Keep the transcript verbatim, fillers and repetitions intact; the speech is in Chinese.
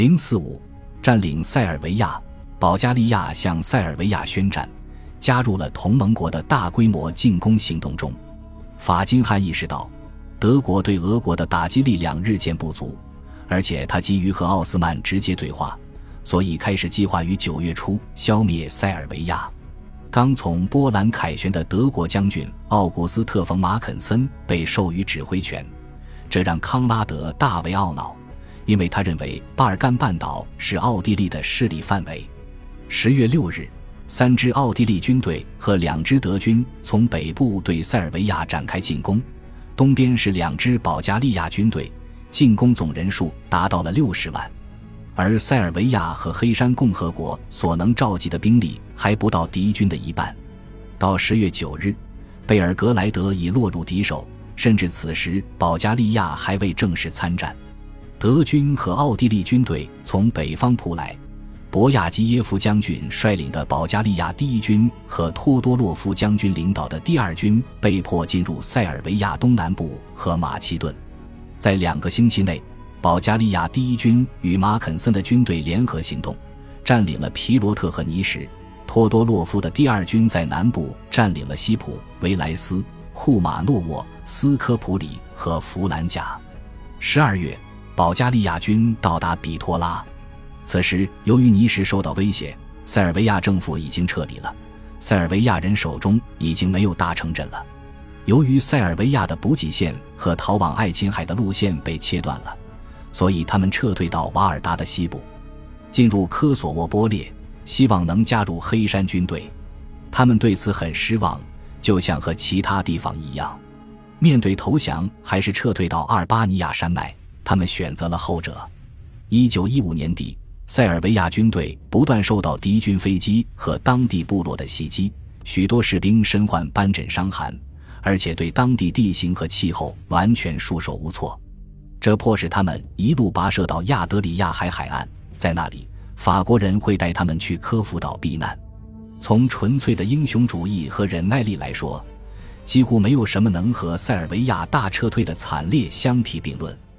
零四五占领塞尔维亚，保加利亚向塞尔维亚宣战，加入了同盟国的大规模进攻行动中。法金汉意识到德国对俄国的打击力量日渐不足，而且他急于和奥斯曼直接对话，所以开始计划于九月初消灭塞尔维亚。刚从波兰凯旋的德国将军奥古斯特·冯·马肯森被授予指挥权，这让康拉德大为懊恼，因为他认为巴尔干半岛是奥地利的势力范围。十月六日，三支奥地利军队和两支德军从北部对塞尔维亚展开进攻，东边是两支保加利亚军队，进攻总人数达到了六十万。而塞尔维亚和黑山共和国所能召集的兵力还不到敌军的一半。到十月九日，贝尔格莱德已落入敌手，甚至此时保加利亚还未正式参战。德军和奥地利军队从北方扑来，博亚基耶夫将军率领的保加利亚第一军和托多洛夫将军领导的第二军被迫进入塞尔维亚东南部和马其顿。在两个星期内，保加利亚第一军与马肯森的军队联合行动，占领了皮罗特和尼什。托多洛夫的第二军在南部占领了西普、维莱斯、库马诺沃、斯科普里和弗兰贾。十二月，保加利亚军到达比托拉。此时由于尼什受到威胁，塞尔维亚政府已经撤离了，塞尔维亚人手中已经没有大城镇了。由于塞尔维亚的补给线和逃往爱琴海的路线被切断了，所以他们撤退到瓦尔达的西部，进入科索沃波列，希望能加入黑山军队。他们对此很失望，就像和其他地方一样。面对投降还是撤退到阿尔巴尼亚山脉，他们选择了后者。一九一五年底，塞尔维亚军队不断受到敌军飞机和当地部落的袭击，许多士兵身患斑疹伤寒，而且对当地地形和气候完全束手无措。这迫使他们一路跋涉到亚德里亚海海岸，在那里法国人会带他们去科孚岛避难。从纯粹的英雄主义和忍耐力来说，几乎没有什么能和塞尔维亚大撤退的惨烈相提并论。